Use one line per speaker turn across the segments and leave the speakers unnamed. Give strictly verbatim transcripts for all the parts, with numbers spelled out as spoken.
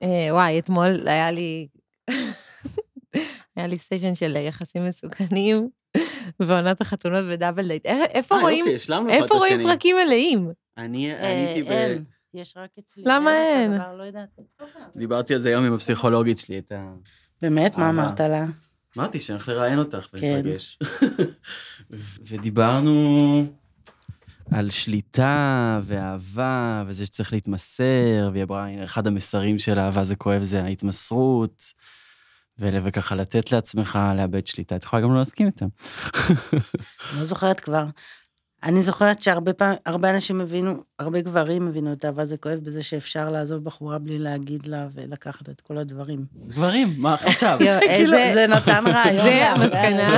וואי, אתמול היה לי, היה לי סשן של יחסים מסוכנים, ועונת החתונות בדאבל דייט. איפה רואים, איפה רואים פרקים מלאים?
אני הייתי ב...
אין, יש רק אצלי.
למה אין?
לא יודעת.
דיברתי על זה היום עם הפסיכולוגית שלי, את ה...
באמת? מה אמרת לה?
אמרתי שאני הולך לראיין אותך ולהתרגש. ודיברנו על שליטה ואהבה, וזה שצריך להתמסר, והיא אמרה, אחד המסרים של אהבה זה כואב, זה ההתמסרות, וככה לתת לעצמך לאבד שליטה. את יכולה גם לא להסכים איתם.
לא זוכרת כבר. אני זוכרת שהרבה פעם, הרבה אנשים הבינו, הרבה גברים הבינו את אהבה זה כואב, בזה שאפשר לעזוב בחורה בלי להגיד לה, ולקחת את כל הדברים.
גברים? מה עכשיו?
זה נתן רעיון.
זה המסקנה.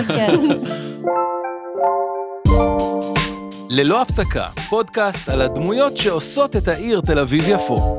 ללא הפסקה, פודקאסט על הדמויות שעושות את העיר תל אביב יפו.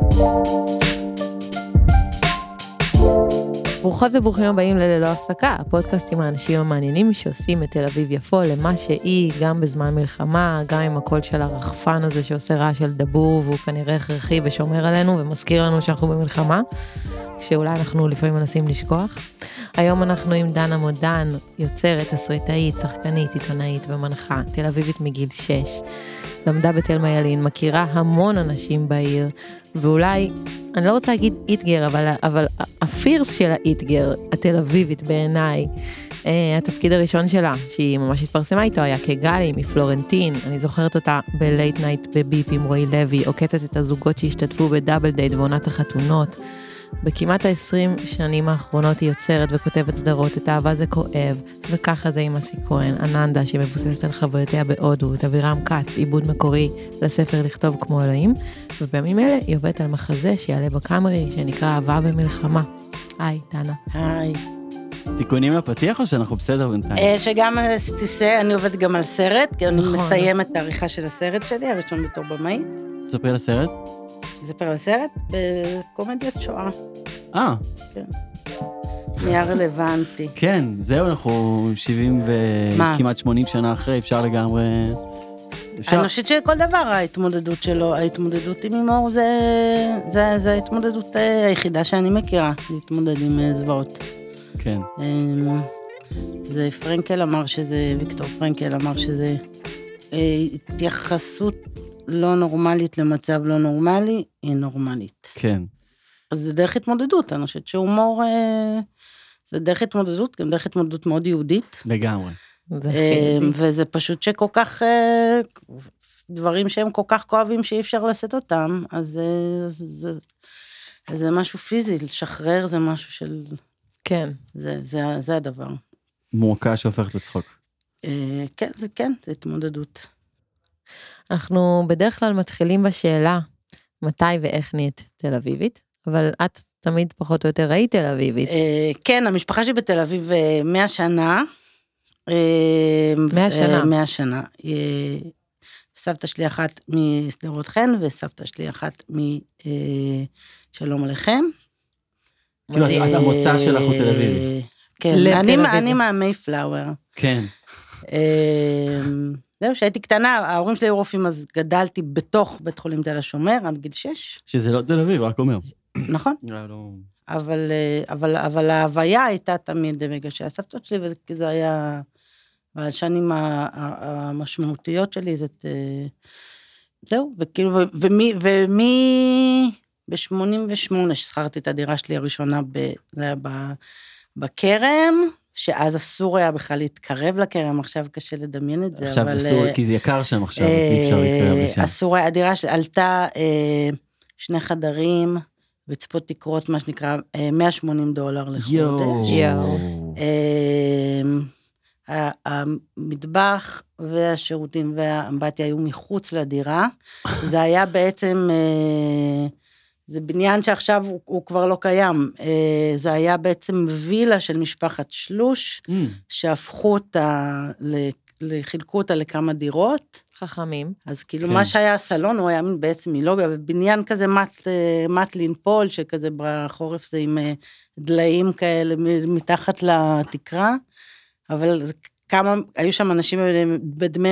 ברוכות וברוכים הבאים לללא הפסקה, הפודקאסט עם האנשים המעניינים שעושים את תל אביב יפו למה שהיא, גם בזמן מלחמה, גם עם הקול של הרחפן הזה שעושה רעש של דבור, והוא כנראה הכרחי ושומר עלינו ומזכיר לנו שאנחנו במלחמה, כשאולי אנחנו לפעמים מנסים לשכוח. היום אנחנו עם דנה מודן, יוצרת, תסריטאית, שחקנית, עיתונאית ומנחה, תל אביבית מגיל שש. למדה בתל מיילין, מכירה המון אנשים בעיר, ואולי, אני לא רוצה להגיד איתגר, אבל, אבל הפירס של האיתגר, התל אביבית בעיניי, אה, התפקיד הראשון שלה, שהיא ממש התפרסמה איתו, היה כגלי מפלורנטין, אני זוכרת אותה בלייט נייט בביפ עם רועי לוי, עוקצת את הזוגות שהשתתפו בדאבל דייט ועונת החתונות, בכמעט ה-עשרים שנים האחרונות היא יוצרת וכותבת סדרות, את אהבה זה כואב, וככה זה עם אסי כהן, אננדה שמבוססת על חוויותיה בהודו, את אבירם כץ, עיבוד מקורי לספר לכתוב כמו אלוהים, ובימים אלה היא עובדת על מחזה שיעלה בקאמרי, שנקרא אהבה ומלחמה. היי, דנה.
היי.
תיקונים לפתיח או שאנחנו בסדר בינתיים?
שגם תיסה, אני עובדת גם על סרט, כי אני מסיימת את העריכה של הסרט שלי, הראשון בתור במאית.
תספרי על הסרט?
שספר על הסרט בקומדיית שואה.
אה.
כן. נהיה רלוונטי.
כן, זהו, אנחנו שבעים וכמעט שמונים שנה אחרי, אפשר לגמרי...
אני חושבת שכל דבר ההתמודדות שלו, ההתמודדות עם הימור זה, זה, זה ההתמודדות היחידה שאני מכירה, להתמודד עם זוועות.
כן.
זה פרנקל אמר שזה, ויקטור פרנקל אמר שזה התייחסות לא נורמלית למצב לא נורמלי, היא נורמלית.
כן.
אז זה דרך התמודדות, אני חושבת שהומור, זה דרך התמודדות, גם דרך התמודדות מאוד יהודית.
לגמרי.
וזה פשוט שכל כך, דברים שהם כל כך כואבים שאי אפשר לשאת אותם, אז זה, זה משהו פיזי, לשחרר זה משהו של...
כן.
זה, זה, זה הדבר.
מועקה שהופכת לצחוק.
כן, זה כן, זה התמודדות.
אנחנו בדרך כלל מתחילים בשאלה, מתי ואיך נהיית תל אביבית, אבל את תמיד פחות או יותר היית תל אביבית.
כן, המשפחה שלי בתל אביב מאה שנה.
מאה שנה.
מאה שנה. סבתא שלי אחת משדרות חן, וסבתא שלי אחת משלום עליכם.
כאילו, המוצא שלך הוא תל אביבי.
כן, אני מהמי פלאואר.
כן.
זהו, שהייתי קטנה, ההורים שלי היו רופאים, אז גדלתי בתוך בית חולים תל השומר, עד גיל שש.
שזה לא תל אביב, רק אומר.
נכון. אבל, אבל, אבל ההוויה הייתה תמיד בגלל שהסבתות שלי, וזה היה, והשנים המשמעותיות שלי, זה, זהו, וכאילו, ומי, ומי, ב-שמונים ושמונה ששכרתי את הדירה שלי הראשונה, זה היה בכרם, שאז אסור היה בכלל להתקרב לכרם, עכשיו קשה לדמיין את זה.
עכשיו אסור, כי זה יקר שם עכשיו, אז אי אפשר להתקרב לשם.
אסור, הדירה עלתה שני חדרים, וצפות תקרות, מה שנקרא, מאה ושמונים דולר לחודש.
יואו.
המטבח והשירותים והאמבטיה היו מחוץ לדירה, זה היה בעצם... זה בניין שעכשיו הוא, הוא כבר לא קיים, זה היה בעצם וילה של משפחת שלוש, mm. שהפכו אותה, חילקו אותה לכמה דירות.
חכמים.
אז כאילו כן. מה שהיה הסלון, הוא היה בעצם מלוגיה, ובניין כזה מת, מת לנפול, שכזה בחורף זה עם דליים כאלה, מתחת לתקרה, אבל כמה, היו שם אנשים בדמי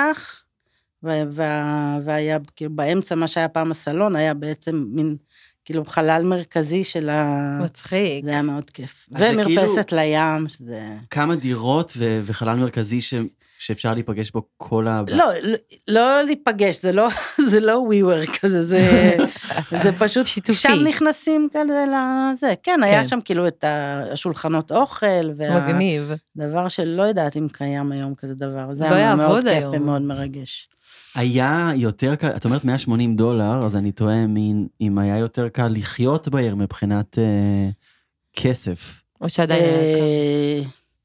מפתח, והיה, כאילו, באמצע מה שהיה פעם הסלון, היה בעצם מין, כאילו חלל מרכזי של ה...
מצחיק.
זה היה מאוד כיף.
אז זה
ומרפסת
כאילו-
לים, שזה...
כמה דירות ו- וחלל מרכזי ש- שאפשר להיפגש בו כל ה...
לא, לא, לא להיפגש, זה לא, זה לא WeWork כזה, זה, זה פשוט,
שיתופי.
שם נכנסים כזה לזה, כן, היה
כן.
שם כאילו את השולחנות אוכל,
מגניב.
והדבר שלא יודעת אם קיים היום כזה דבר, זה
לא
היה מאוד
יעבוד
כיף
היום.
ומאוד מרגש.
היה יותר קל, את אומרת מאה ושמונים דולר, אז אני טועה מין, אם היה יותר קל לחיות בעיר מבחינת אה, כסף.
או שעדיין היה כאן.
אה,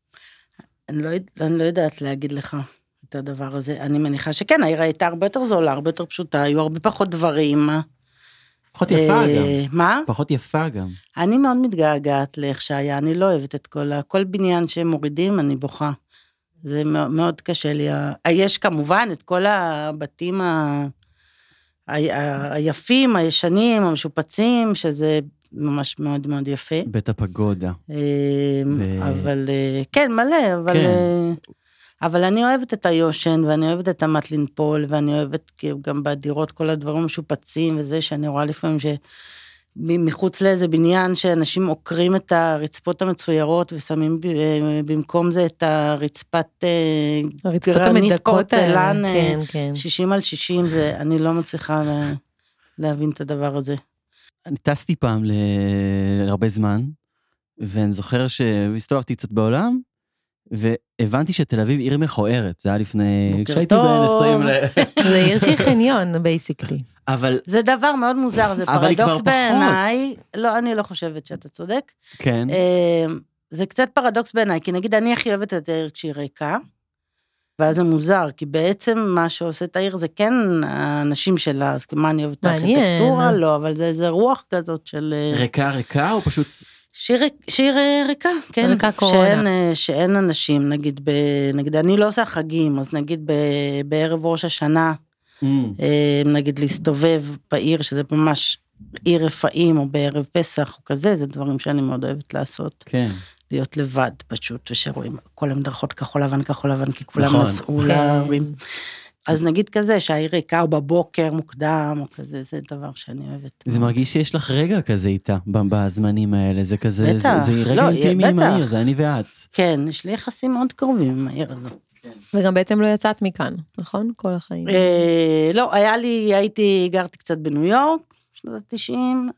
אני לא, יודע- אני לא יודעת להגיד לך את הדבר הזה, אני מניחה שכן, העיר הייתה הרבה יותר זולה, הרבה יותר פשוטה, היו הרבה פחות דברים.
פחות יפה
אה,
גם.
מה?
פחות יפה גם.
אני מאוד מתגעגעת לאיך שהיה, אני לא אוהבת את כל ה... כל בניין שהם מורידים, אני בוכה. זה מאוד, מאוד קשה לי. ה- יש כמובן את כל הבתים ה... ה... ה... היפים, הישנים, המשופצים, שזה ממש מאוד מאוד יפה.
בית הפגודה.
אה,
ו-
אבל, אה, כן, מלא, אבל...
כן.
אה, אבל אני אוהבת את היושן, ואני אוהבת את המטלין פול, ואני אוהבת כאילו גם בדירות כל הדברים משופצים, וזה שאני רואה לפעמים ש... מחוץ לאיזה בניין שאנשים עוקרים את הרצפות המצוירות ושמים ב- במקום זה את הרצפת אה,
הרצפות
גרנית
המדלקות האלה,
פורצלן אה,
כן, כן.
שישים על שישים, זה, אני לא מצליחה לה, להבין את הדבר הזה.
אני טסתי פעם להרבה זמן, ואני זוכר שהסתובבתי קצת בעולם, והבנתי שתל אביב עיר מכוערת, זה היה לפני...
בוקר
כשהייתי בן
טוב.
עשרים ל...
זה עיר שהיא חניון, בייסיקלי.
אבל,
זה דבר מאוד מוזר, זה
אבל היא כבר
פרדוקס
פחות.
בעיניי, לא, אני לא חושבת שאתה צודק,
כן,
אה, זה קצת פרדוקס בעיניי, כי נגיד אני הכי אוהבת את העיר כשהיא ריקה, ואז זה מוזר, כי בעצם מה שעושה את העיר זה כן האנשים שלה, אז מה אני אוהבת את
מעניין.
הארכיטקטורה? לא, אבל זה, זה רוח כזאת של... אה,
ריקה ריקה או פשוט...
שיר, שיר אה, ריקה, כן.
ריקה קורונה.
שאין, אה, שאין אנשים, נגיד, ב, נגיד, אני לא עושה חגים, אז נגיד ב, בערב ראש השנה,
Mm,
אה, נגיד להסתובב בעיר, שזה ממש עיר רפאים, או בערב פסח, או כזה, זה דברים שאני מאוד אוהבת לעשות.
כן.
להיות לבד פשוט, ושרואים כל המדרכות כחול לבן, כחול לבן, כי כולם
נכון.
נסעו
כן.
להרים. אז נגיד כזה, שהעיר ריקה, או בבוקר מוקדם, או כזה, זה דבר שאני אוהבת.
זה מרגיש שיש לך רגע כזה איתה, ב- בזמנים האלה, זה כזה,
בטח,
זה, זה רגע
לא,
אינטימי עם
בטח.
העיר, זה אני ואת.
כן, יש לי יחסים מאוד קרובים עם העיר הזו.
וגם בעצם לא יצאת מכאן, נכון? כל החיים.
אה, לא, היה לי, הייתי, גרתי קצת בניו יורק, שנות ה-תשעים,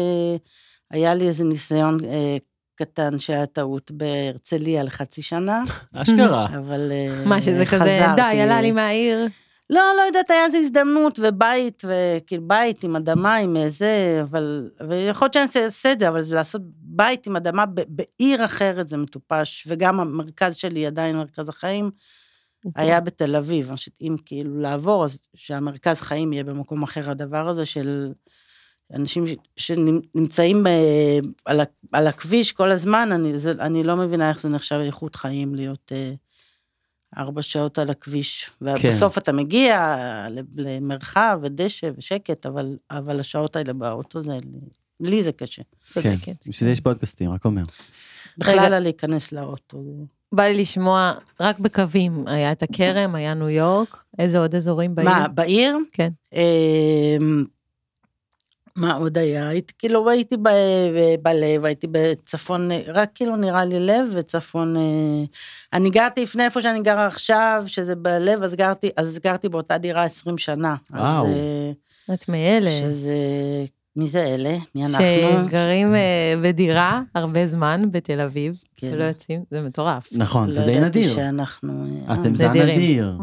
והיה לי איזה ניסיון אה, קטן שהיה טעות בהרצליה לחצי שנה,
אשכרה.
אבל אה,
מה שזה כזה,
חזרתי.
די, עלה לי מהעיר.
לא, לא יודעת, היה איזו הזדמנות, ובית, וכאילו בית עם אדמה, עם איזה, אבל, ויכול להיות שאני אעשה את זה, אבל זה לעשות בית עם אדמה ב- בעיר אחרת, זה מטופש, וגם המרכז שלי עדיין מרכז החיים, היה בתל אביב, אם כאילו לעבור, אז שהמרכז חיים יהיה במקום אחר, הדבר הזה של אנשים שנמצאים ב, על, ה, על הכביש כל הזמן, אני, זה, אני לא מבינה איך זה נחשב איכות חיים להיות אה, ארבע שעות על הכביש, ובסוף כן. אתה מגיע למרחב ודשא ושקט, אבל, אבל השעות האלה באוטו, זה, לי זה קשה.
צודקת.
כן, בשביל זה יש פודקאסטים, רק אומר.
בכלל על להיכנס לאוטו.
בא לי לשמוע, רק בקווים, היה את הכרם, היה ניו יורק, איזה עוד אזורים בעיר?
מה, בעיר?
כן.
מה עוד היה? הייתי, כאילו, הייתי ב- בלב, הייתי בצפון, רק כאילו נראה לי לב וצפון, אני גרתי לפני איפה שאני גרה עכשיו, שזה בלב, אז גרתי, אז גרתי באותה דירה עשרים שנה.
וואו.
אז,
את מאלה.
שזה, מי זה אלה? מי אנחנו?
שגרים אה, בדירה הרבה זמן בתל אביב,
כן.
ולא יוצאים, זה מטורף.
נכון, זה
לא
די
ידעתי
נדיר.
שאנחנו... אה,
אתם זן
נדירים.
נדיר.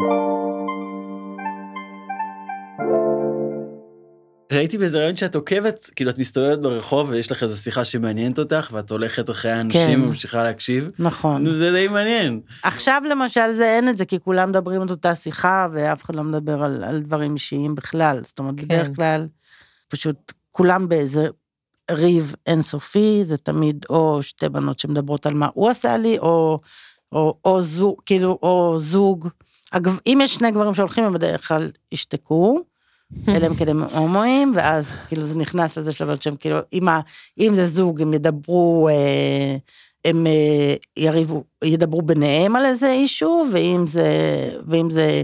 ראיתי באיזה רעיון שאת עוקבת, כאילו את מסתובבת ברחוב ויש לך איזו שיחה שמעניינת אותך, ואת הולכת אחרי האנשים
כן.
וממשיכה להקשיב.
נכון.
נו, זה די מעניין.
עכשיו למשל זה אין את זה, כי כולם מדברים את אותה שיחה, ואף אחד לא מדבר על, על דברים אישיים בכלל. זאת אומרת,
כן.
בדרך כלל, פשוט כולם באיזה ריב אינסופי, זה תמיד או שתי בנות שמדברות על מה הוא עשה לי, או, או, או זוג, כאילו, או זוג. אגב, אם יש שני גברים שהולכים, הם בדרך כלל ישתקו, אלה הם כדי הומואים, ואז כאילו זה נכנס לזה שלב שהם כאילו, אם, ה, אם זה זוג, הם ידברו, אה, הם אה, יריבו, ידברו ביניהם על איזה אישו, ואם זה, ואם זה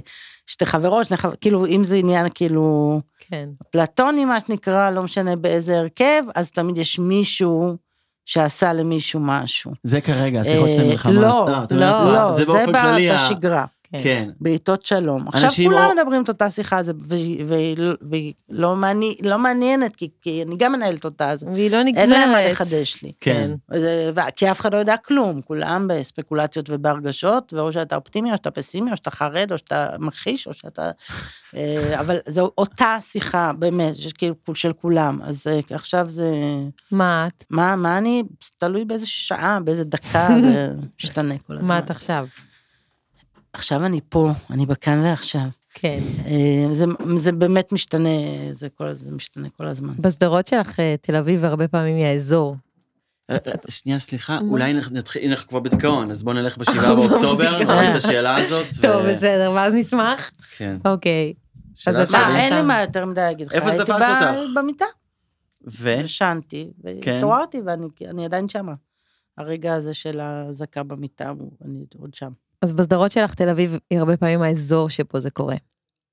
שתי חברות, שני חברות, כאילו, אם זה עניין, כאילו,
כן.
פלטוני, מה שנקרא, לא משנה באיזה הרכב, אז תמיד יש מישהו שעשה למישהו משהו.
זה כרגע, השיחות של מלחמה.
לא,
לא,
לא,
זה באופן כללי.
זה בשגרה.
כן.
בעיתות שלום. עכשיו כולם מדברים את אותה שיחה, והיא לא מעניינת, כי אני גם מנהלת אותה,
והיא לא נגמרת.
אין להם מה לחדש לי.
כן.
כי אף אחד לא יודע כלום, כולם בספקולציות ובהרגשות, ואו שאתה אופטימי, או שאתה פסימי, או שאתה חרד, או שאתה מכחיש, או שאתה... אבל זו אותה שיחה, באמת, של כולם. אז עכשיו זה...
מה את?
מה אני? תלוי באיזה שעה, באיזה דקה, זה משתנה כל הזמן.
מה את עכשיו?
עכשיו אני פה, אני בכאן ועכשיו.
כן.
זה, זה באמת משתנה, זה, כל, זה משתנה כל הזמן.
בסדרות שלך, תל אביב, הרבה פעמים היא האזור.
שנייה, סליחה, אולי נתחיל, אנחנו כבר בדיכאון, אז בואו נלך בשבעה באוקטובר, נראה את השאלה הזאת.
טוב, בסדר, ואז נשמח?
כן.
אוקיי.
שאלה שלי.
אין לי מה יותר מדי להגיד לך.
איפה זה תפס אותך?
במיטה.
ו?
ישנתי, והתעוררתי, ואני עדיין שמה. הרגע הזה של ההזקה במיטה, אני עוד שם.
אז בסדרות שלך תל אביב היא הרבה פעמים האזור שפה זה קורה.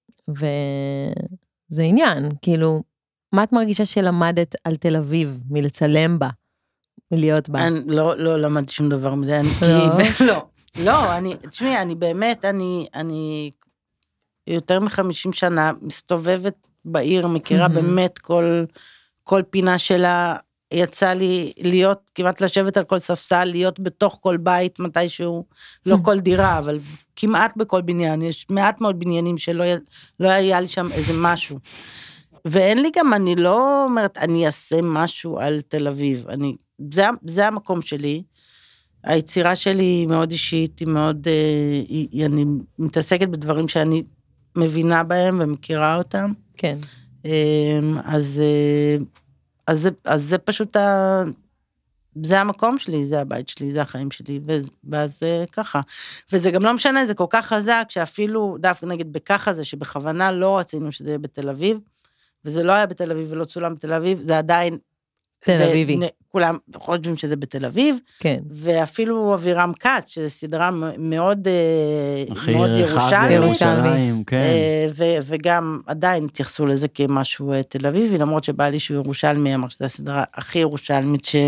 וזה עניין, כאילו, מה את מרגישה שלמדת על תל אביב, מלצלם בה, מלהיות בה?
אני לא, לא למדתי שום דבר מדי, אני,
לא?
כי, לא, לא, אני, תשמעי, אני באמת, אני, אני יותר מחמישים שנה מסתובבת בעיר, מכירה באמת כל, כל פינה שלה, יצא לי להיות, כמעט לשבת על כל ספסל, להיות בתוך כל בית מתישהו, לא כל דירה, אבל כמעט בכל בניין, יש מעט מאוד בניינים שלא לא היה לי שם איזה משהו. ואין לי גם, אני לא אומרת, אני אעשה משהו על תל אביב, אני, זה, זה המקום שלי, היצירה שלי היא מאוד אישית, היא מאוד, היא, אני מתעסקת בדברים שאני מבינה בהם ומכירה אותם.
כן.
אז... אז זה, אז זה פשוט, ה... זה המקום שלי, זה הבית שלי, זה החיים שלי, ואז זה ככה. וזה גם לא משנה, זה כל כך חזק, שאפילו, דווקא נגיד בככה זה, שבכוונה לא רצינו שזה יהיה בתל אביב, וזה לא היה בתל אביב ולא צולם בתל אביב, זה עדיין...
תל אביבי.
כולם חושבים שזה בתל אביב,
כן.
ואפילו אבירם כץ, שזו סדרה מאוד, מאוד
ירושלמי, ירושלים, כן.
ו- וגם עדיין התייחסו לזה כמשהו תל אביבי, למרות שבא לי שהוא ירושלמי, אמר שזו הסדרה הכי ירושלמית ש...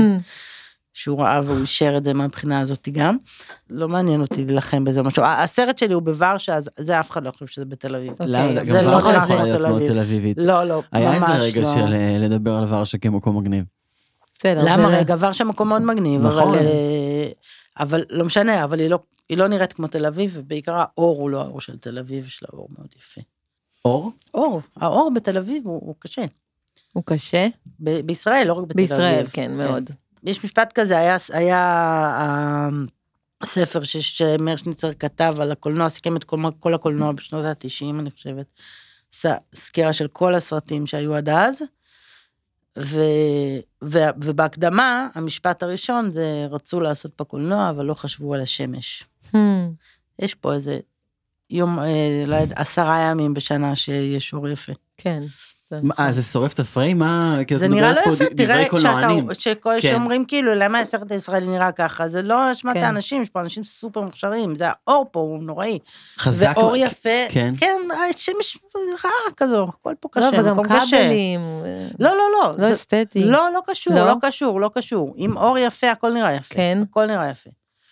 שהוא ראה והוא אישר את זה מהבחינה הזאת גם. לא מעניין אותי להילחם בזה משהו. הסרט שלי הוא בוורשה, אז זה אף אחד לא חושב שזה בתל אביב.
לא, גם ורשה יכולה להיות מאוד תל אביבית.
לא, לא, ממש לא.
היה איזה רגע של לדבר על ורשה כמקום מגניב.
למה רגע? ורשה מקום מאוד מגניב,
נכון.
אבל לא משנה, אבל היא לא נראית כמו תל אביב, ובעיקר האור הוא לא האור של תל אביב, יש לה אור מאוד יפה.
אור?
אור. האור בתל אביב הוא קשה.
הוא קשה?
בישראל, לא רק בתל אביב.
בישראל, כן, מאוד.
יש משפט כזה, היה, היה הספר שמאיר שניצר כתב על הקולנוע, סיכם את כל, כל הקולנוע בשנות ה-תשעים, אני חושבת, עשה סקירה של כל הסרטים שהיו עד אז, ו, ו, ובהקדמה, המשפט הראשון זה, רצו לעשות פה קולנוע, אבל לא חשבו על השמש. Hmm. יש פה איזה יום, לא יודע, עשרה ימים בשנה שיש אור יפה.
כן.
אה, זה שורף את הפריים?
זה נראה לא יפה, תראה שאומרים כאילו, למה הסרט הישראלי נראה ככה? זה לא אשמת האנשים, יש פה אנשים סופר מוכשרים, זה האור פה, הוא נוראי.
חזק.
ואור יפה, כן, שמש רעה כזו, הכל פה קשה,
לא, וגם כבלים.
לא, לא, לא.
לא אסתטי.
לא, לא קשור, לא קשור, לא קשור. עם אור יפה, הכל נראה יפה.
כן.
הכל נראה יפה.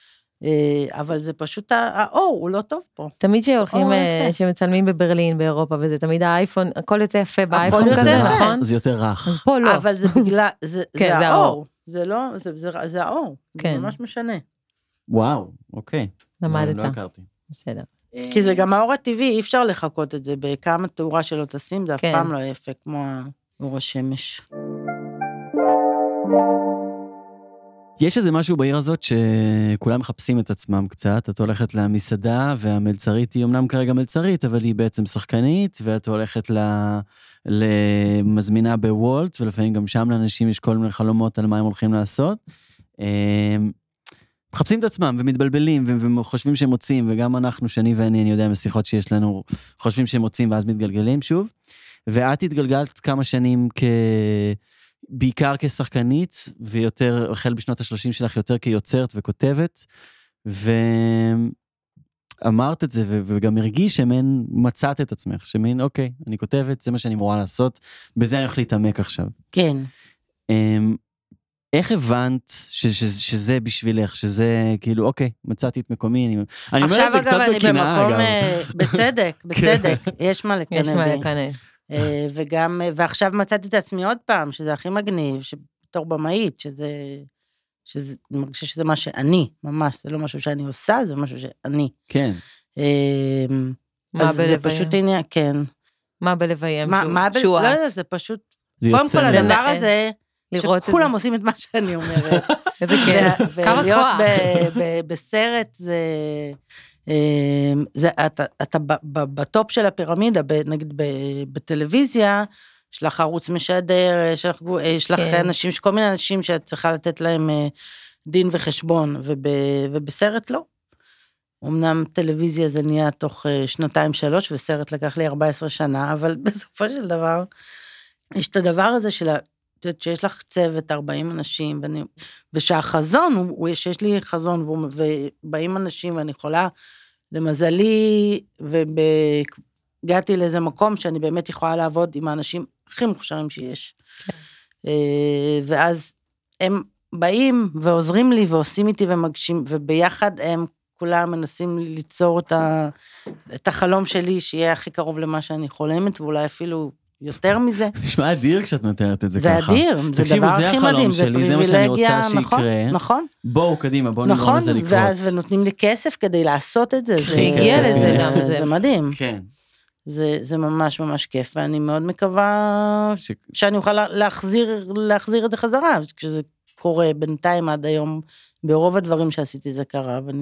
אבל זה פשוט, האור הוא לא טוב פה.
תמיד שהולכים, שמצלמים בברלין, באירופה, וזה תמיד האייפון, הכל יוצא יפה באייפון כזה, נכון?
זה יותר רך.
אז פה לא.
אבל זה בגלל, זה האור. זה לא, זה האור. זה ממש משנה.
וואו, אוקיי.
למדת.
לא הכרתי.
בסדר.
כי זה גם האור הטבעי, אי אפשר לחכות את זה, בכמה תאורה שלא תשים, זה אף פעם לא יפה, כמו האור השמש.
יש איזה משהו בעיר הזאת שכולם מחפשים את עצמם קצת, את הולכת למסעדה והמלצרית היא אמנם כרגע מלצרית, אבל היא בעצם שחקנית, ואת הולכת למזמינה בוולט, ולפעמים גם שם לאנשים יש כל מיני חלומות על מה הם הולכים לעשות. מחפשים את עצמם ומתבלבלים וחושבים שהם מוצאים, וגם אנחנו, שאני ואני, אני יודע משיחות שיש לנו, חושבים שהם מוצאים ואז מתגלגלים שוב. ואת התגלגלת כמה שנים כ... בעיקר כשחקנית, ויותר, החל בשנות ה-שלושים שלך, יותר כיוצרת וכותבת, ו... אמרת את זה, וגם הרגיש שמין מצאת את עצמך, שמין, אוקיי, אני כותבת, זה מה שאני אמורה לעשות, בזה אני הולך להתעמק עכשיו.
כן.
איך הבנת שזה בשבילך, שזה כאילו, אוקיי, מצאתי את מקומי, אני אומר את זה קצת בקנאה, אגב.
בצדק, בצדק, יש מה לקנא.
יש מה לקנא.
וגם, ועכשיו מצאתי את עצמי עוד פעם, שזה הכי מגניב, בתור במאית, שזה, שזה, אני מרגישה שזה מה שאני, ממש, זה לא משהו שאני עושה, זה משהו שאני.
כן.
אז זה פשוט עניין, כן.
מה בלביים?
לא יודע, זה פשוט, קודם כל הדבר הזה, שכולם עושים את מה שאני אומרת.
איזה כן. כמה כוח.
בסרט זה, אתה בטופ של הפירמידה, נגיד בטלוויזיה, יש לך ערוץ משדר, יש לך אנשים, כל מיני אנשים שאת צריכה לתת להם דין וחשבון, ובסרט לא. אמנם טלוויזיה זה נהיה תוך שנתיים שלוש, וסרט לקח לי ארבע עשרה שנה, אבל בסופו של דבר, יש את הדבר הזה של, שיש לך צוות ארבעים אנשים, ואני, ושהחזון, הוא, שיש לי חזון, ובאים אנשים, ואני יכולה, למזלי, והגעתי לאיזה מקום, שאני באמת יכולה לעבוד עם האנשים הכי מוכשרים שיש. ואז הם באים, ועוזרים לי, ועושים איתי ומגשים, וביחד הם כולם מנסים ליצור את, ה, את החלום שלי, שיהיה הכי קרוב למה שאני חולמת, ואולי אפילו יותר מזה.
זה נשמע אדיר כשאת מתארת את זה
ככה. זה אדיר, זה דבר הכי מדהים, זה פריבילגיה,
זה מה שאני רוצה שיקרה.
נכון.
בואו קדימה, בואו נגרום לזה לקרות.
נכון, ונותנים לי כסף כדי לעשות את זה.
שהגיע לזה גם.
זה מדהים.
כן.
זה ממש ממש כיף, ואני מאוד מקווה שאני אוכל להחזיר את זה חזרה, כשזה קורה בינתיים עד היום, ברוב הדברים שעשיתי זה קרה, ואני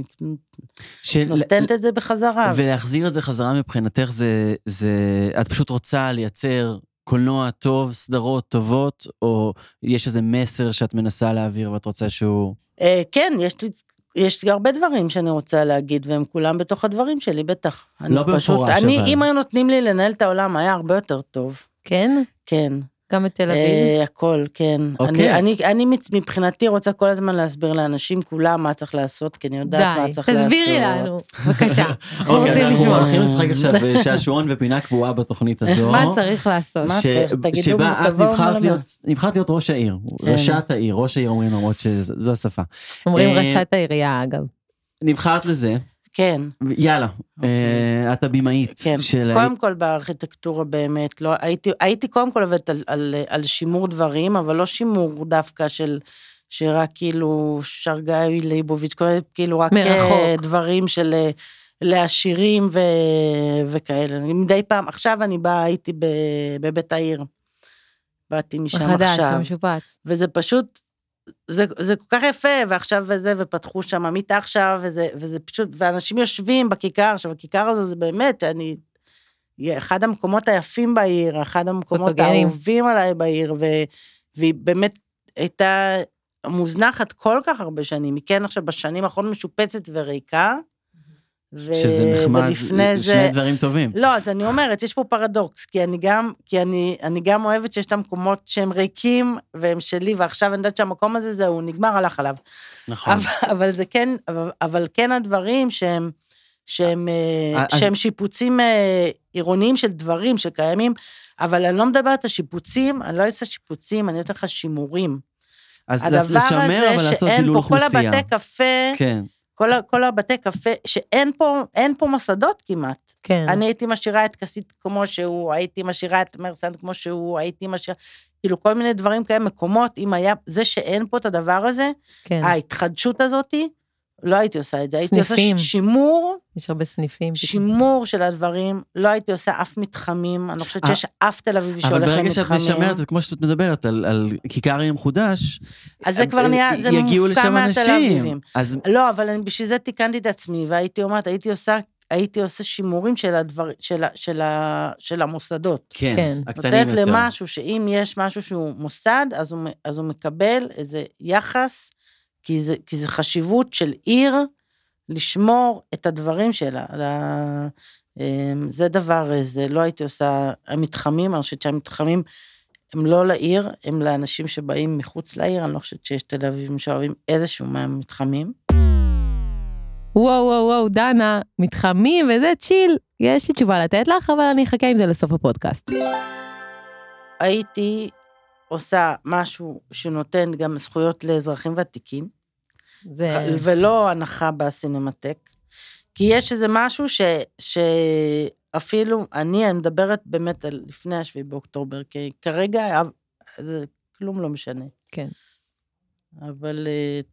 נותנת את זה בחזרה.
ולהחזיר את זה חזרה מבחינתך, זה, את פשוט רוצה לייצר קולנוע טוב, סדרות טובות, או יש איזה מסר שאת מנסה להעביר, ואת רוצה שהוא...
כן, יש לי, יש לי הרבה דברים שאני רוצה להגיד, והם כולם בתוך הדברים שלי, בטח.
לא במפורש, אבל.
אני, אם היו נותנים לי לנהל את העולם, היה הרבה יותר טוב.
כן?
כן.
גם את תל אביב?
הכל, כן. אני מבחינתי רוצה כל הזמן להסביר לאנשים כולם מה צריך לעשות, כי אני יודעת מה צריך לעשות. די, תסבירי
לנו, בבקשה.
אוקיי, אנחנו הולכים לשחק עכשיו שעשועון ופינה קבועה בתוכנית הזו.
מה צריך לעשות?
שבה את נבחרת להיות ראש העיר, ראשת העיר, ראש העיר אומרים למרות שזו השפה.
אומרים ראשת העירייה, אגב.
נבחרת לזה.
כן.
יאללה, את הבימאית.
כן, קודם כל בארכיטקטורה באמת, לא, הייתי, הייתי קודם כל עובדת על, על, על שימור דברים, אבל לא שימור דווקא של, שרק כאילו שרגאי ליבוביץ', כאילו רק מרחוק. דברים של לעשירים ו, וכאלה. מדי פעם, עכשיו אני באה, הייתי בבית העיר, באתי משם
מחדש,
עכשיו.
מחדש, משופץ.
וזה פשוט, זה, זה כל כך יפה, ועכשיו וזה, ופתחו שם עמיתה עכשיו, וזה, וזה פשוט, ואנשים יושבים בכיכר, עכשיו, הכיכר הזו זה באמת, אני, אחד המקומות היפים בעיר, אחד המקומות האהובים עליי בעיר, ו, והיא באמת הייתה מוזנחת כל כך הרבה שנים, היא כן עכשיו בשנים האחרונות משופצת וריקה,
ו... שזה נחמד, שני זה... דברים טובים.
לא, אז אני אומרת, יש פה פרדוקס, כי אני גם, כי אני, אני גם אוהבת שיש את המקומות שהם ריקים, והם שלי, ועכשיו אני יודעת שהמקום הזה, זהו, נגמר, הלך עליו.
נכון.
אבל, אבל זה כן, אבל, אבל כן הדברים שהם, שהם, אז... שהם שיפוצים עירוניים של דברים שקיימים, אבל אני לא מדברת על שיפוצים, אני לא אעשה שיפוצים, אני יודעת לך שימורים.
אז לשמר, אבל לעשות דילול אוכלוסייה.
כל הבתי קפה,
כן.
כל, כל הבתי קפה, שאין פה, אין פה מוסדות כמעט.
כן.
אני הייתי משאירה את כסית כמו שהוא, הייתי משאירה את מרסנד כמו שהוא, הייתי משאירה, כאילו כל מיני דברים כאלה, מקומות, אם היה, זה שאין פה את הדבר הזה,
כן.
ההתחדשות הזאת, לא הייתי עושה את זה, הייתי עושה שימור,
יש הרבה סניפים.
שימור של הדברים, לא הייתי עושה אף מתחמים, אני לא חושבת שיש אף תל אביבי שהולך למתחמים.
אבל ברגע שאת משמרת, כמו שאת מדברת, על כיכר עם חודש,
אז זה כבר נהיה, זה מופקע מהתל אביבים. לא, אבל בשביל זה תיקנתי את עצמי, והייתי אומרת, הייתי עושה, הייתי עושה שימורים של הדבר, של, של, של המוסדות.
כן, הקטנים יותר.
נותנת למשהו, שאם יש משהו שהוא מוסד, אז הוא, אז הוא מקבל איזה יחס, כי זה, כי זה חשיבות של עיר, לשמור את הדברים שלה. זה דבר, זה לא הייתי עושה, המתחמים, אני חושבת שהמתחמים, הם לא לעיר, הם לאנשים שבאים מחוץ לעיר, אני לא חושבת שיש תל אביבים שאוהבים איזשהו מהמתחמים.
וואו, וואו, וואו, דנה, מתחמים וזה, צ'יל, יש לי תשובה לתת לך, אבל אני אחכה עם זה לסוף הפודקאסט.
הייתי עושה משהו שנותן גם זכויות לאזרחים ותיקים,
זה...
ולא הנחה בסינמטק, כי יש איזה משהו ש... שאפילו, אני, אני מדברת באמת על לפני השביעי באוקטובר, כי כרגע זה כלום לא משנה.
כן.
אבל...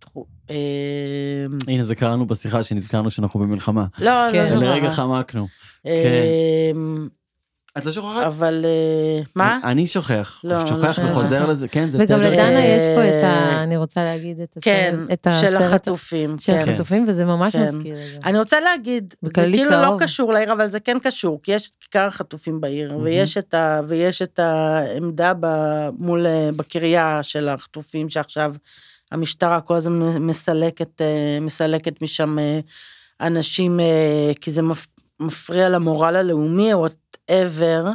הנה, זה קראנו בשיחה שנזכרנו שאנחנו במלחמה.
לא, לא, לא.
לרגע חמקנו. את לא שוכחת?
אבל... מה?
אני שוכח. שוכח וחוזר לזה, כן, זה...
וגם לדנה יש פה את ה... אני רוצה להגיד את הסרט.
כן, של החטופים.
של החטופים, וזה ממש מזכיר את זה.
אני רוצה להגיד, זה כאילו לא קשור לעיר, אבל זה כן קשור, כי יש את כיכר החטופים בעיר, ויש את העמדה מול, בקריה של החטופים, שעכשיו המשטרה כל הזמן מסלקת, מסלקת משם אנשים, כי זה מפריע למורל הלאומי, או ever,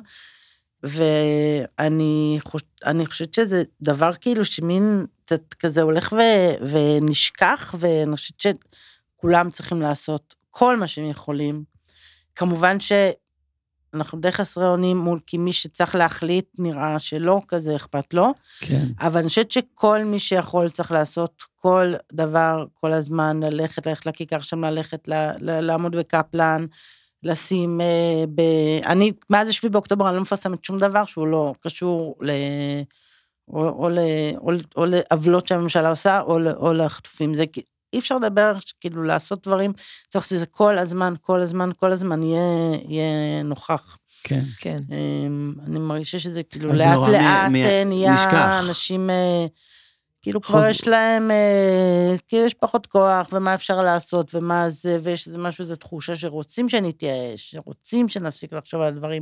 ואני חוש... אני חושבת שזה דבר כאילו שמין כזה הולך ו... ונשכח, ואני חושבת שכולם צריכים לעשות כל מה שהם יכולים. כמובן שאנחנו די חסרי אונים מול, כי מי שצריך להחליט נראה שלא כזה אכפת לו,
כן.
אבל אני חושבת שכל מי שיכול צריך לעשות כל דבר, כל הזמן, ללכת, ללכת לכיכר שם, ללכת, ל... ל... לעמוד בקפלן, לשים, ב... אני, מאז השביעי באוקטובר, אני לא מפרסמת שום דבר שהוא לא קשור ל... או, או, או, או לעוולות שהממשלה עושה, או, או לחטופים. זה, אי אפשר לדבר, כאילו, לעשות דברים, צריך שזה כל הזמן, כל הזמן, כל הזמן יהיה, יהיה נוכח.
כן.
כן.
אני מרגישה שזה כאילו, לאט לאט נהיה אנשים... כאילו כבר יש להם, כאילו יש פחות כוח, ומה אפשר לעשות, ומה זה, ויש איזה משהו, איזו תחושה שרוצים שנתייאש, שרוצים שנפסיק לחשוב על הדברים,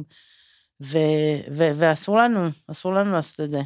ואסור לנו, אסור לנו לעשות את זה.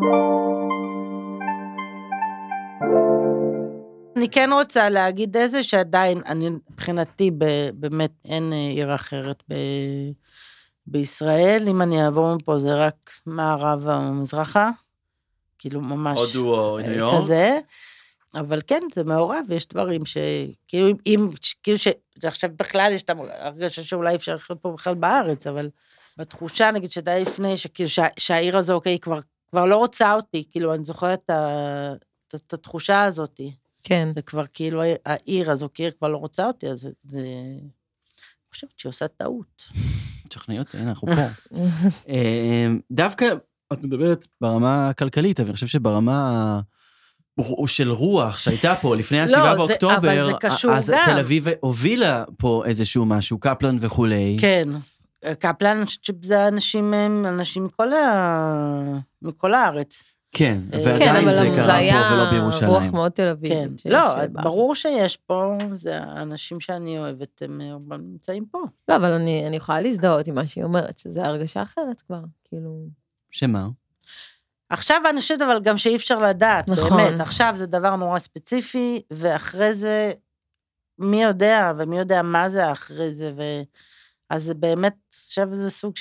אני כן רוצה להגיד איזה שעדיין, אני מבחינתי, באמת אין עיר אחרת בישראל, אם אני אעבור מפה זה רק מערב ומזרחה, כאילו ממש
הודו או ניו יורק.
כזה, אבל כן, זה מעורב, ויש דברים שכאילו, אם, כאילו שעכשיו בכלל יש את הרגשה שאולי אפשר לחיות פה בכלל בארץ, אבל בתחושה, נגיד שדי לפני, שכאילו שהעיר הזו, אוקיי, כבר, כבר לא רוצה אותי, כאילו אני זוכרת את, את, את התחושה הזאת.
כן.
זה כבר כאילו, העיר הזו, כי העיר כבר לא רוצה אותי, אז זה, זה, אני חושבת שהיא עושה טעות.
תשכנעי אותי, הנה, אנחנו פה. דווקא, את מדברת ברמה הכלכלית, אבל אני חושב שברמה של רוח שהייתה פה לפני השבעה באוקטובר, אז תל אביב הובילה פה איזשהו משהו, קפלן וכולי.
כן, קפלן, אני חושבת שזה אנשים, אנשים מכל, ה... מכל הארץ.
כן, ועדיין זה קרה פה ולא בירושלים.
רוח מאוד תל אביב.
כן, לא, ברור שיש פה, זה האנשים שאני אוהבת, הם נמצאים פה.
לא, אבל אני יכולה להזדהות עם מה שהיא אומרת, שזה הרגשה אחרת כבר, כאילו...
שמה?
עכשיו אני חושבת, אבל גם שאי אפשר לדעת, נכון. באמת, עכשיו זה דבר נורא ספציפי, ואחרי זה, מי יודע, ומי יודע מה זה אחרי זה, ו... אז זה באמת, עכשיו זה סוג של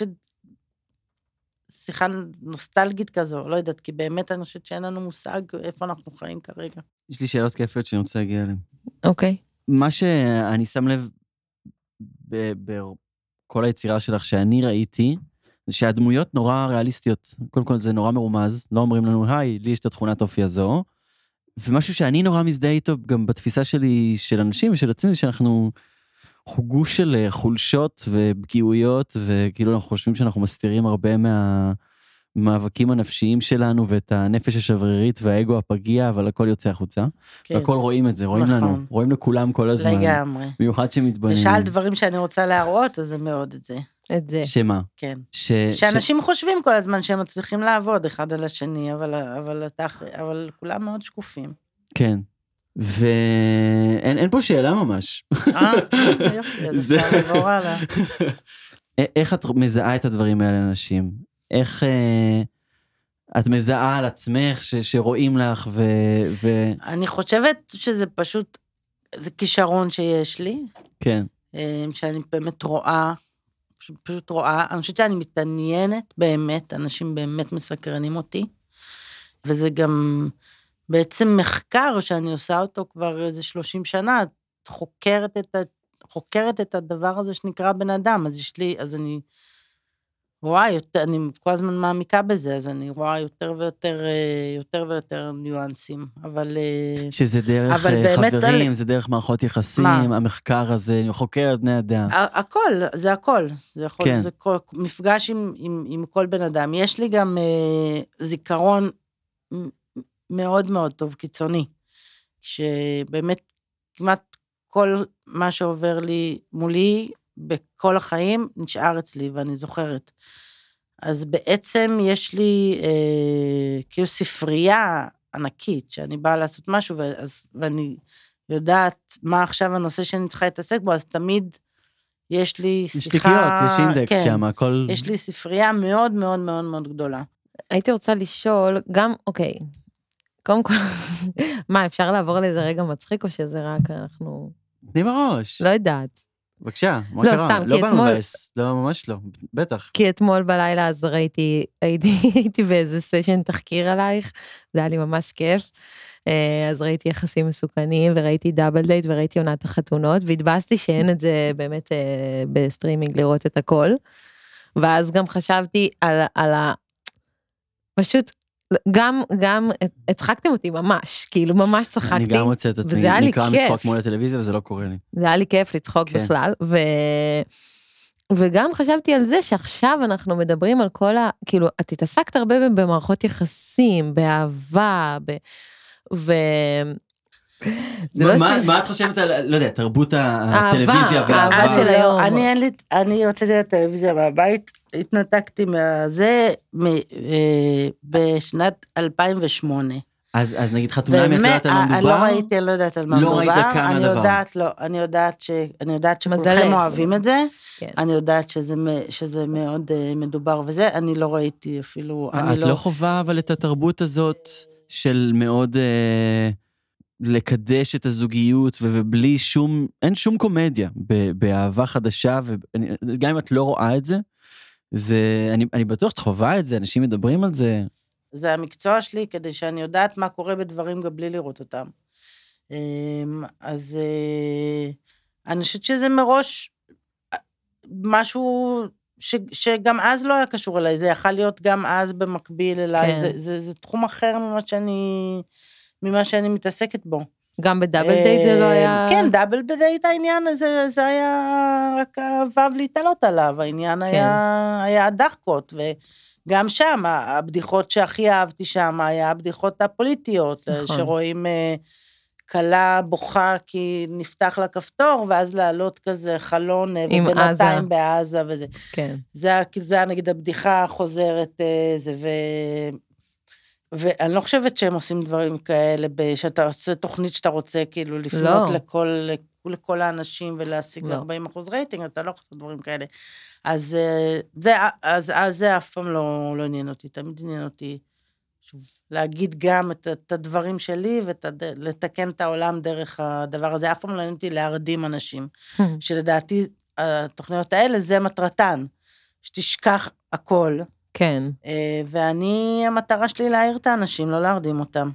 שיחה נוסטלגית כזו, לא יודעת, כי באמת אני חושבת שאין לנו מושג איפה אנחנו חיים כרגע.
יש לי שאלות כיפיות שאני רוצה להגיע אליהן.
אוקיי.
מה שאני שם לב בכל היצירה שלך שאני ראיתי, זה שהדמויות נורא ריאליסטיות. קודם כל זה נורא מרומז, לא אומרים לנו, היי, לי יש את התכונת אופי הזו, ומשהו שאני נורא מזדהה איתו, גם בתפיסה שלי של אנשים ושל עצמי, זה שאנחנו חוגוש של חולשות ופגיעויות, וכאילו אנחנו חושבים שאנחנו מסתירים הרבה מהמאבקים הנפשיים שלנו, ואת הנפש השברירית והאגו הפגיע, אבל הכל יוצא החוצה. כן. והכל רואים את זה, רואים נכון. לנו, רואים לכולם כל הזמן.
לגמרי.
מיוחד שמתבנים.
ושאל דברים שאני רוצה להראות, אז זה מאוד את זה.
את זה.
שמה?
כן.
ש...
שאנשים
ש...
חושבים כל הזמן שהם מצליחים לעבוד אחד על השני, אבל, אבל, אבל כולם מאוד שקופים.
כן. ואין אין פה שאלה ממש.
אה, יופי, אז אפשר לעבור הלאה.
איך את מזהה את הדברים האלה לאנשים? איך אה, את מזהה על עצמך ש, שרואים לך ו, ו...
אני חושבת שזה פשוט, זה כישרון שיש לי.
כן.
שאני באמת רואה, פשוט רואה, אני חושבת שאני מתעניינת באמת, אנשים באמת מסקרנים אותי, וזה גם בעצם מחקר שאני עושה אותו כבר איזה שלושים שנה, חוקרת את, ה, חוקרת את הדבר הזה שנקרא בן אדם, אז יש לי, אז אני רואה יותר, אני כל הזמן מעמיקה בזה, אז אני רואה יותר ויותר, יותר ויותר ניואנסים, אבל...
שזה דרך
אבל
חברים,
על...
זה דרך מערכות יחסים, מה? המחקר הזה, חוקר בני אדם.
הכל, זה הכל. זה יכול,
כן.
זה כל, מפגש עם, עם, עם כל בן אדם. יש לי גם אה, זיכרון מאוד מאוד טוב, קיצוני, שבאמת כמעט כל מה שעובר לי מולי, בכל החיים נשאר אצלי, ואני זוכרת. אז בעצם יש לי אה, כאילו ספרייה ענקית, שאני באה לעשות משהו, ואז, ואני יודעת מה עכשיו הנושא שאני צריכה להתעסק בו, אז תמיד יש לי שיחה...
יש תיקיות, יש אינדקס
כן,
שם, הכל...
יש לי ספרייה מאוד מאוד מאוד מאוד גדולה.
הייתי רוצה לשאול, גם, אוקיי, קודם כל, מה, אפשר לעבור לזה רגע מצחיק, או שזה רק אנחנו...
תני בראש.
לא יודעת.
בבקשה, מה
לא,
קרה?
סתם,
לא
כי
באנו
אתמול-
לבאס, לא, ממש לא, בטח.
כי אתמול בלילה אז ראיתי, הייתי, הייתי באיזה סשן תחקיר עלייך, זה היה לי ממש כיף. אה, אז ראיתי יחסים מסוכנים, וראיתי דאבל דייט, וראיתי עונת החתונות, והתבאסתי שאין את זה באמת אה, בסטרימינג לראות את הכל. ואז גם חשבתי על, על ה... פשוט, גם, גם, הצחקתם אותי ממש, כאילו ממש צחקתי.
אני גם מוצא את עצמי,
וזה היה לי
נקרא
כיף.
מצחוק מול הטלוויזיה, וזה לא קורה לי.
זה היה לי כיף לצחוק
כן.
בכלל, ו... וגם חשבתי על זה שעכשיו אנחנו מדברים על כל ה... כאילו, את התעסקת הרבה במערכות יחסים, באהבה, ב... ו... זה לא
מה
ש-
מה את חושבת על, לא יודע, תרבות
אהבה,
הטלוויזיה
אהבה
והאהבה?
של
אני לא-
היום.
אני אין לי, אני הוצאתי את הטלוויזיה מהבית, התנתקתי מהזה מ- אה, בשנת אלפיים ושמונה.
אז אז נגיד חתונה, אם את לא יודעת על מה
אני
מדובר?
לא ראיתי, אני לא יודעת על מה
לא
מדובר.
ראית כאן
אני
הדבר.
יודעת, לא, אני יודעת ש- אני יודעת
מזלך.
שכולכם אוהבים את זה,
כן.
אני יודעת שזה מ- שזה מאוד אה, מדובר וזה, אני לא ראיתי אפילו, אני
את לא חובה אבל את התרבות הזאת של מאוד אה, לקדש את הזוגיות, ו- ובלי שום, אין שום קומדיה ב- באהבה חדשה, וגם אם את לא רואה את זה, זה, אני, אני בטוח שאת חובה את זה, אנשים מדברים על זה.
זה המקצוע שלי, כדי שאני יודעת מה קורה בדברים גם בלי לראות אותם. אמ, אז אה, אני חושבת שזה מראש משהו ש, שגם אז לא היה קשור אליי, זה יכול להיות גם אז במקביל אליי,
כן.
זה, זה, זה תחום אחר ממה שאני, ממה שאני מתעסקת בו.
גם בדאבל דייט זה לא היה...
כן, דאבל דייט העניין הזה, זה היה רק הוו להתעלות עליו, העניין היה, היה דחקות, וגם שם, הבדיחות שהכי אהבתי שם, היה הבדיחות הפוליטיות,
נכון.
שרואים קלה בוכה כי נפתח לה כפתור, ואז לעלות כזה חלון, ובינתיים בעזה וזה.
כן.
זה היה, כאילו, זה היה נגיד הבדיחה החוזרת, זה, ו... ואני לא חושבת שהם עושים דברים כאלה, שאתה עושה תוכנית שאתה רוצה, כאילו, לפנות
לא.
לכל, לכל האנשים, ולהשיג
לא.
ארבעים אחוז רייטינג, אתה לא חושב דברים כאלה. אז זה, אז, אז זה אף פעם לא, לא עניין אותי, תמיד עניין אותי, שוב, להגיד גם את, את הדברים שלי, ולתקן את העולם דרך הדבר הזה, אף פעם לא עניין אותי להרדים אנשים, שלדעתי, התוכניות האלה, זה מטרתן, שתשכח הכל,
כן.
ואני, המטרה שלי להעיר את האנשים, לא להרדים אותם.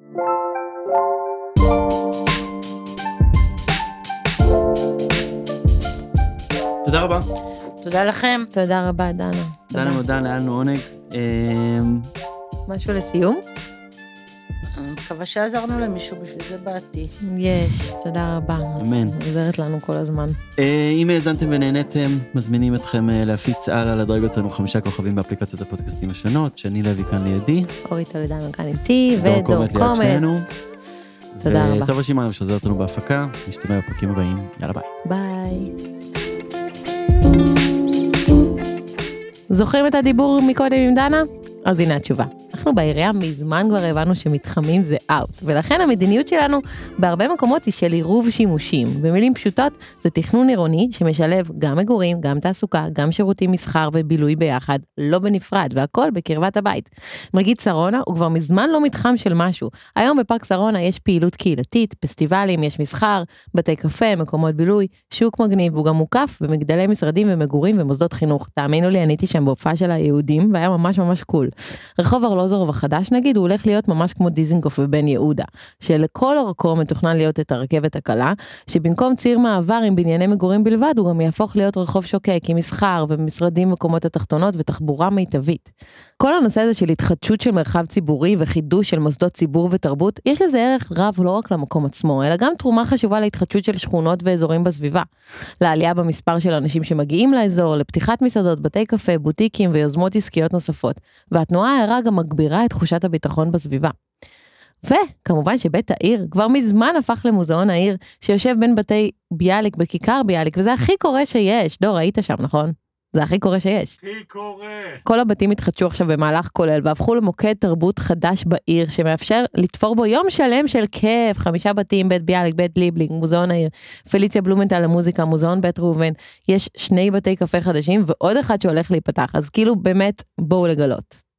תודה רבה.
תודה לכם.
תודה רבה, דנה.
דנה
תודה.
מודן, היה לנו עונג. אמ,
משהו לסיום?
אני מקווה שעזרנו למישהו, בשביל זה באתי.
יש, תודה רבה.
אמן.
עוזרת לנו כל הזמן.
אה, אם האזנתם ונהנתם, מזמינים אתכם אה, להפיץ הלאה, לדרג אותנו חמישה כוכבים באפליקציות הפודקאסטים השונות, שאני לוי כאן לידי.
אורי טולדנו כאן איתי,
דור
ודור
קומט ליד שנינו.
קומט. תודה רבה.
וטובה שמענו שעוזר אותנו בהפקה, נשתמע בפרקים הבאים, יאללה ביי.
ביי. זוכרים את הדיבור מקודם עם דנה? אז הנה התשובה. אנחנו בעירייה מזמן כבר הבנו שמתחמים זה אאוט, ולכן המדיניות שלנו בהרבה מקומות היא של עירוב שימושים. במילים פשוטות, זה תכנון עירוני שמשלב גם מגורים, גם תעסוקה, גם שירותים מסחר ובילוי ביחד, לא בנפרד, והכל בקרבת הבית. מרגיד שרונה הוא כבר מזמן לא מתחם של משהו. היום בפארק שרונה יש פעילות קהילתית, פסטיבלים, יש מסחר, בתי קפה, מקומות בילוי, שוק מגניב, והוא גם מוקף במגדלי משרדים ומגורים ומוסדות חינוך. תאמינו לי, אני הייתי שם בהופעה של היהודים, והיה ממש ממש קול. רחוב ארלוזורוב החדש נגיד, הוא הולך להיות ממש כמו דיזנגוף ובן יהודה, שלכל אורכו מתוכנן להיות את הרכבת הקלה, שבמקום ציר מעבר עם בנייני מגורים בלבד, הוא גם יהפוך להיות רחוב שוקק עם מסחר ומשרדים מקומות התחתונות ותחבורה מיטבית. כל הנושא הזה של התחדשות של מרחב ציבורי וחידוש של מוסדות ציבור ותרבות, יש לזה ערך רב לא רק למקום עצמו, אלא גם תרומה חשובה להתחדשות של שכונות ואזורים בסביבה. לעלייה במספר של אנשים שמגיעים לאזור, לפתיחת מסעדות, בתי קפה, בוטיקים ויוזמות עסקיות נוספות. והתנועה הערה גם מגבירה את תחושת הביטחון בסביבה. וכמובן שבית העיר כבר מזמן הפך למוזיאון העיר, שיושב בין בתי ביאליק בכיכר ביאליק, וזה הכי קורה שיש. דור, היית שם, נכון? זה הכי קורה שיש.
הכי קורה.
כל הבתים התחדשו עכשיו במהלך כולל, והפכו למוקד תרבות חדש בעיר, שמאפשר לתפור בו יום שלם של כיף, חמישה בתים, בית ביאליק, בית ליבלינג, מוזיאון העיר, פליציה בלומנטל למוזיקה, מוזיאון בית ראובן, יש שני בתי קפה חדשים, ועוד אחד שהולך להיפתח, אז כאילו באמת בואו לגלות.